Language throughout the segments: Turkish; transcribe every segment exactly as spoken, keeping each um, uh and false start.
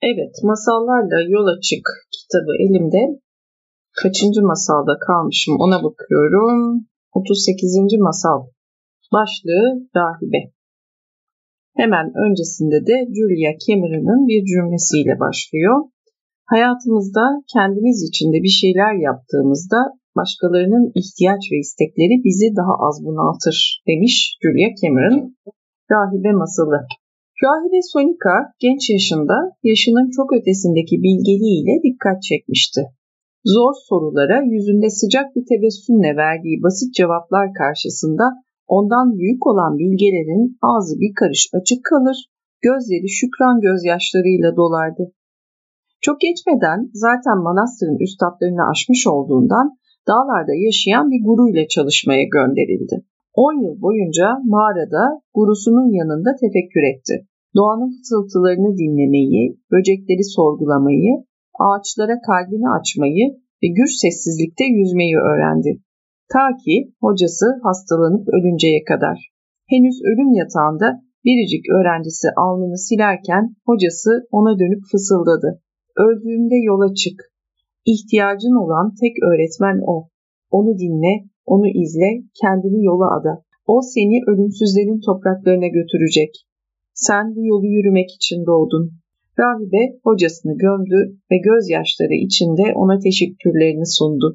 Evet, Masallarla Yola Çık kitabı elimde. Kaçıncı masalda kalmışım ona bakıyorum. otuz sekizinci masal. Başlığı Rahibe. Hemen öncesinde de Julia Cameron'ın bir cümlesiyle başlıyor. Hayatımızda kendimiz için de bir şeyler yaptığımızda başkalarının ihtiyaç ve istekleri bizi daha az bunaltır demiş Julia Cameron. Rahibe masalı. Rahibe Sonika genç yaşında yaşının çok ötesindeki bilgeliğiyle dikkat çekmişti. Zor sorulara yüzünde sıcak bir tebessümle verdiği basit cevaplar karşısında ondan büyük olan bilgelerin ağzı bir karış açık kalır, gözleri şükran gözyaşlarıyla dolardı. Çok geçmeden zaten manastırın üstadlarını aşmış olduğundan dağlarda yaşayan bir guruyla çalışmaya gönderildi. On yıl boyunca mağarada gurusunun yanında tefekkür etti. Doğanın fısıltılarını dinlemeyi, böcekleri sorgulamayı, ağaçlara kalbini açmayı ve gür sessizlikte yüzmeyi öğrendi. Ta ki hocası hastalanıp ölünceye kadar. Henüz ölüm yatağında biricik öğrencisi alnını silerken hocası ona dönüp fısıldadı. Öldüğümde yola çık. İhtiyacın olan tek öğretmen o. Onu dinle, onu izle, kendini yola ada. O seni ölümsüzlerin topraklarına götürecek. Sen bu yolu yürümek için doğdun. Rahibe hocasını gömdü ve gözyaşları içinde ona teşekkürlerini sundu.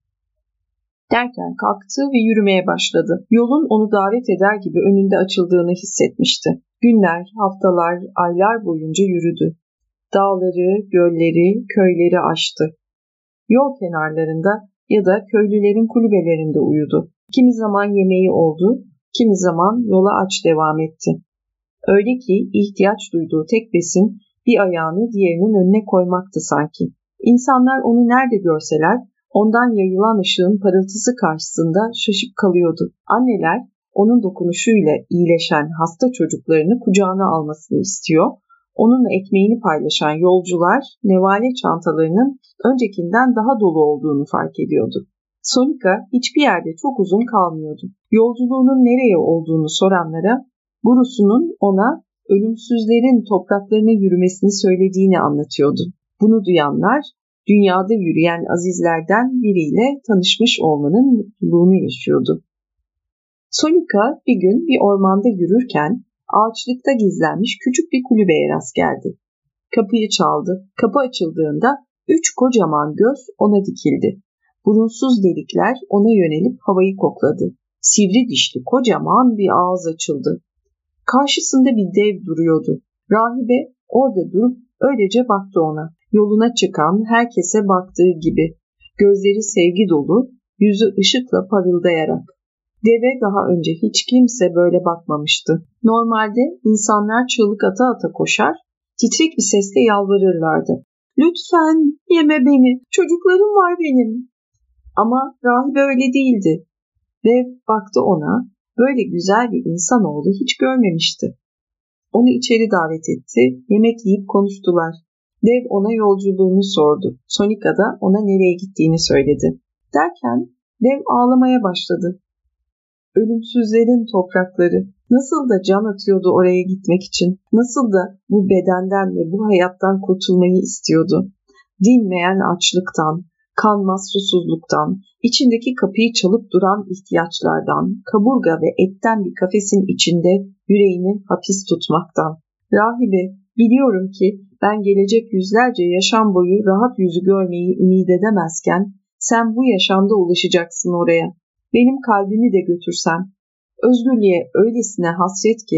Derken kalktı ve yürümeye başladı. Yolun onu davet eder gibi önünde açıldığını hissetmişti. Günler, haftalar, aylar boyunca yürüdü. Dağları, gölleri, köyleri aştı. Yol kenarlarında ya da köylülerin kulübelerinde uyudu. Kimi zaman yemeği oldu, kimi zaman yola aç devam etti. Öyle ki ihtiyaç duyduğu tek besin bir ayağını diğerinin önüne koymaktı sanki. İnsanlar onu nerede görseler ondan yayılan ışığın parıltısı karşısında şaşıp kalıyordu. Anneler onun dokunuşuyla iyileşen hasta çocuklarını kucağına almasını istiyor. Onunla ekmeğini paylaşan yolcular nevale çantalarının öncekinden daha dolu olduğunu fark ediyordu. Sonika hiçbir yerde çok uzun kalmıyordu. Yolculuğunun nereye olduğunu soranlara gurusunun ona ölümsüzlerin topraklarına yürümesini söylediğini anlatıyordu. Bunu duyanlar dünyada yürüyen azizlerden biriyle tanışmış olmanın mutluluğunu yaşıyordu. Sonika bir gün bir ormanda yürürken ağaçlıkta gizlenmiş küçük bir kulübeye rast geldi. Kapıyı çaldı. Kapı açıldığında üç kocaman göz ona dikildi. Burunsuz delikler ona yönelip havayı kokladı. Sivri dişli kocaman bir ağız açıldı. Karşısında bir dev duruyordu. Rahibe orada durup öylece baktı ona. Yoluna çıkan herkese baktığı gibi. Gözleri sevgi dolu, yüzü ışıkla parıldayarak. Deve daha önce hiç kimse böyle bakmamıştı. Normalde insanlar çığlık ata ata koşar, titrek bir sesle yalvarırlardı. Lütfen yeme beni, çocuklarım var benim. Ama rahibe öyle değildi. Dev baktı ona, böyle güzel bir insanoğlu hiç görmemişti. Onu içeri davet etti, yemek yiyip konuştular. Dev ona yolculuğunu sordu. Sonika da ona nereye gittiğini söyledi. Derken dev ağlamaya başladı. Ölümsüzlerin toprakları, nasıl da can atıyordu oraya gitmek için, nasıl da bu bedenden ve bu hayattan kurtulmayı istiyordu. Dinmeyen açlıktan, kanmaz susuzluktan, içindeki kapıyı çalıp duran ihtiyaçlardan, kaburga ve etten bir kafesin içinde yüreğini hapis tutmaktan. Rahibe, biliyorum ki ben gelecek yüzlerce yaşam boyu rahat yüzü görmeyi ümit edemezken, sen bu yaşamda ulaşacaksın oraya. Benim kalbimi de götürsen. Özgürlüğe öylesine hasret ki.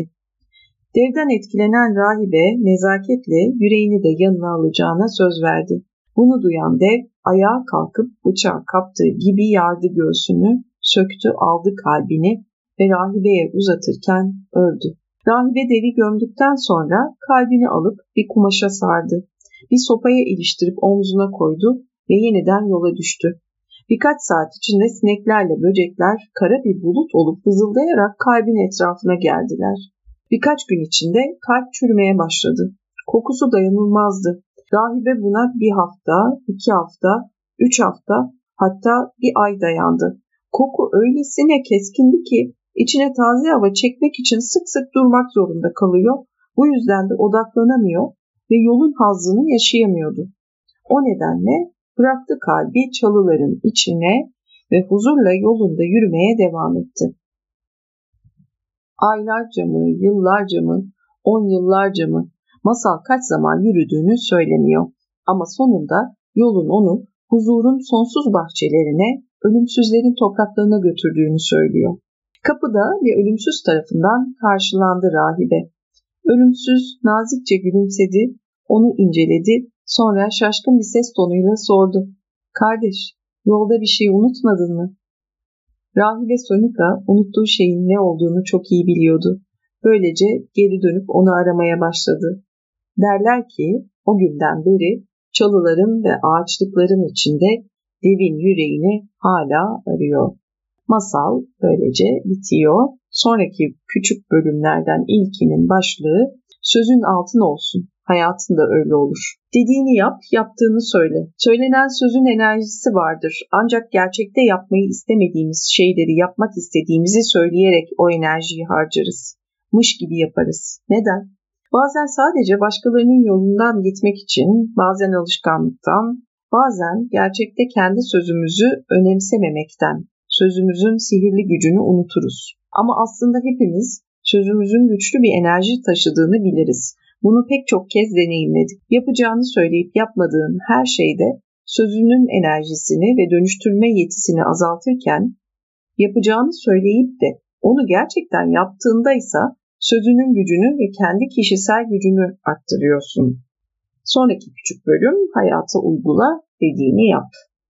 Devden etkilenen rahibe nezaketle yüreğini de yanına alacağına söz verdi. Bunu duyan dev ayağa kalkıp bıçağı kaptığı gibi yardı göğsünü, söktü aldı kalbini ve rahibeye uzatırken öldü. Rahibe devi gömdükten sonra kalbini alıp bir kumaşa sardı. Bir sopaya iliştirip omzuna koydu ve yeniden yola düştü. Birkaç saat içinde sineklerle böcekler kara bir bulut olup vızıldayarak kalbin etrafına geldiler. Birkaç gün içinde kalp çürümeye başladı. Kokusu dayanılmazdı. Rahibe buna bir hafta, iki hafta, üç hafta, hatta bir ay dayandı. Koku öylesine keskindi ki içine taze hava çekmek için sık sık durmak zorunda kalıyor. Bu yüzden de odaklanamıyor ve yolun hazzını yaşayamıyordu. O nedenle bıraktı kalbi çalıların içine ve huzurla yolunda yürümeye devam etti. Aylarca mı, yıllarca mı, on yıllarca mı, masal kaç zaman yürüdüğünü söylemiyor. Ama sonunda yolun onu huzurun sonsuz bahçelerine, ölümsüzlerin topraklarına götürdüğünü söylüyor. Kapıda bir ölümsüz tarafından karşılandı rahibe. Ölümsüz nazikçe gülümsedi, onu inceledi, sonra şaşkın bir ses tonuyla sordu. Kardeş, yolda bir şey unutmadın mı? Rahibe Sonika unuttuğu şeyin ne olduğunu çok iyi biliyordu. Böylece geri dönüp onu aramaya başladı. Derler ki o günden beri çalıların ve ağaçlıkların içinde devin yüreğini hala arıyor. Masal böylece bitiyor. Sonraki küçük bölümlerden ilkinin başlığı sözün altın olsun. Hayatın da öyle olur. Dediğini yap, yaptığını söyle. Söylenen sözün enerjisi vardır. Ancak gerçekte yapmayı istemediğimiz şeyleri yapmak istediğimizi söyleyerek o enerjiyi harcarız. Mış gibi yaparız. Neden? Bazen sadece başkalarının yolundan gitmek için, bazen alışkanlıktan, bazen gerçekte kendi sözümüzü önemsememekten, sözümüzün sihirli gücünü unuturuz. Ama aslında hepimiz sözümüzün güçlü bir enerji taşıdığını biliriz. Bunu pek çok kez deneyimledik. Yapacağını söyleyip yapmadığın her şeyde sözünün enerjisini ve dönüştürme yetisini azaltırken, yapacağını söyleyip de onu gerçekten yaptığındaysa sözünün gücünü ve kendi kişisel gücünü arttırıyorsun. Sonraki küçük bölüm hayata uygula, dediğini yap.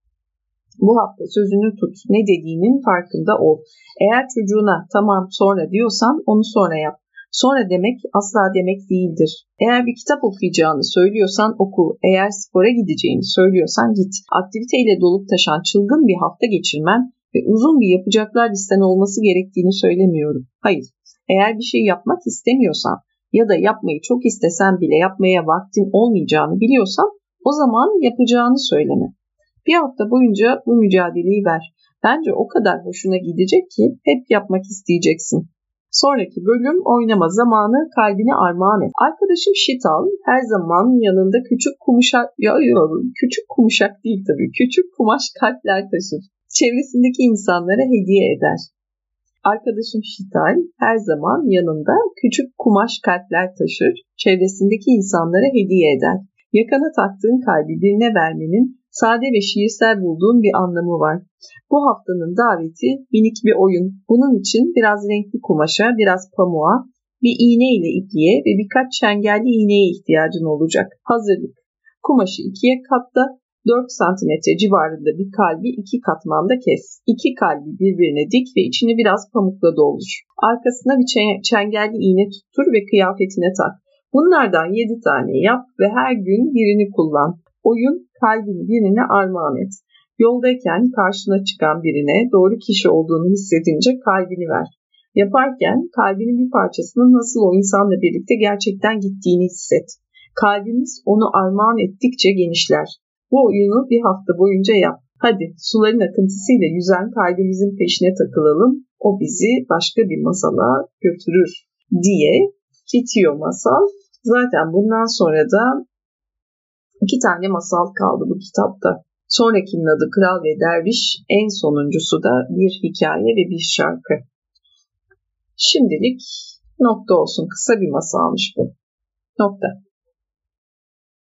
Bu hafta sözünü tut, ne dediğinin farkında ol. Eğer çocuğuna tamam sonra diyorsan onu sonra yap. Sonra demek asla demek değildir. Eğer bir kitap okuyacağını söylüyorsan oku. Eğer spora gideceğini söylüyorsan git. Aktiviteyle dolup taşan çılgın bir hafta geçirmen ve uzun bir yapacaklar listen olması gerektiğini söylemiyorum. Hayır, eğer bir şey yapmak istemiyorsan ya da yapmayı çok istesen bile yapmaya vaktin olmayacağını biliyorsan o zaman yapacağını söyleme. Bir hafta boyunca bu mücadeleyi ver. Bence o kadar hoşuna gidecek ki hep yapmak isteyeceksin. Sonraki bölüm oynama zamanı, kalbini armağan et. Arkadaşım Şital her zaman yanında küçük kumuşak, ya, ya, küçük kumuşak değil tabii, küçük kumaş kalpler taşır. Çevresindeki insanlara hediye eder. Arkadaşım Şital her zaman yanında küçük kumaş kalpler taşır. Çevresindeki insanlara hediye eder. Yakana taktığın kalbi birine vermenin sade ve şiirsel bulduğun bir anlamı var. Bu haftanın daveti minik bir oyun. Bunun için biraz renkli kumaşa, biraz pamuğa, bir iğne ile ipliğe ve birkaç çengelli iğneye ihtiyacın olacak. Hazırlık. Kumaşı ikiye katla, dört santimetre civarında bir kalbi iki katmanda kes. İki kalbi birbirine dik ve içini biraz pamukla doldur. Arkasına bir çengelli iğne tuttur ve kıyafetine tak. Bunlardan yedi tane yap ve her gün birini kullan. Oyun, kalbini birine armağan et. Yoldayken karşına çıkan birine doğru kişi olduğunu hissedince kalbini ver. Yaparken kalbinin bir parçasının nasıl o insanla birlikte gerçekten gittiğini hisset. Kalbimiz onu armağan ettikçe genişler. Bu oyunu bir hafta boyunca yap. Hadi suların akıntısıyla yüzen kalbimizin peşine takılalım. O bizi başka bir masala götürür diye bitiyor masal. Zaten bundan sonra da iki tane masal kaldı bu kitapta. Sonrakinin adı Kral ve Derviş, en sonuncusu da bir hikaye ve bir şarkı. Şimdilik nokta olsun. Kısa bir masalmış bu. Nokta.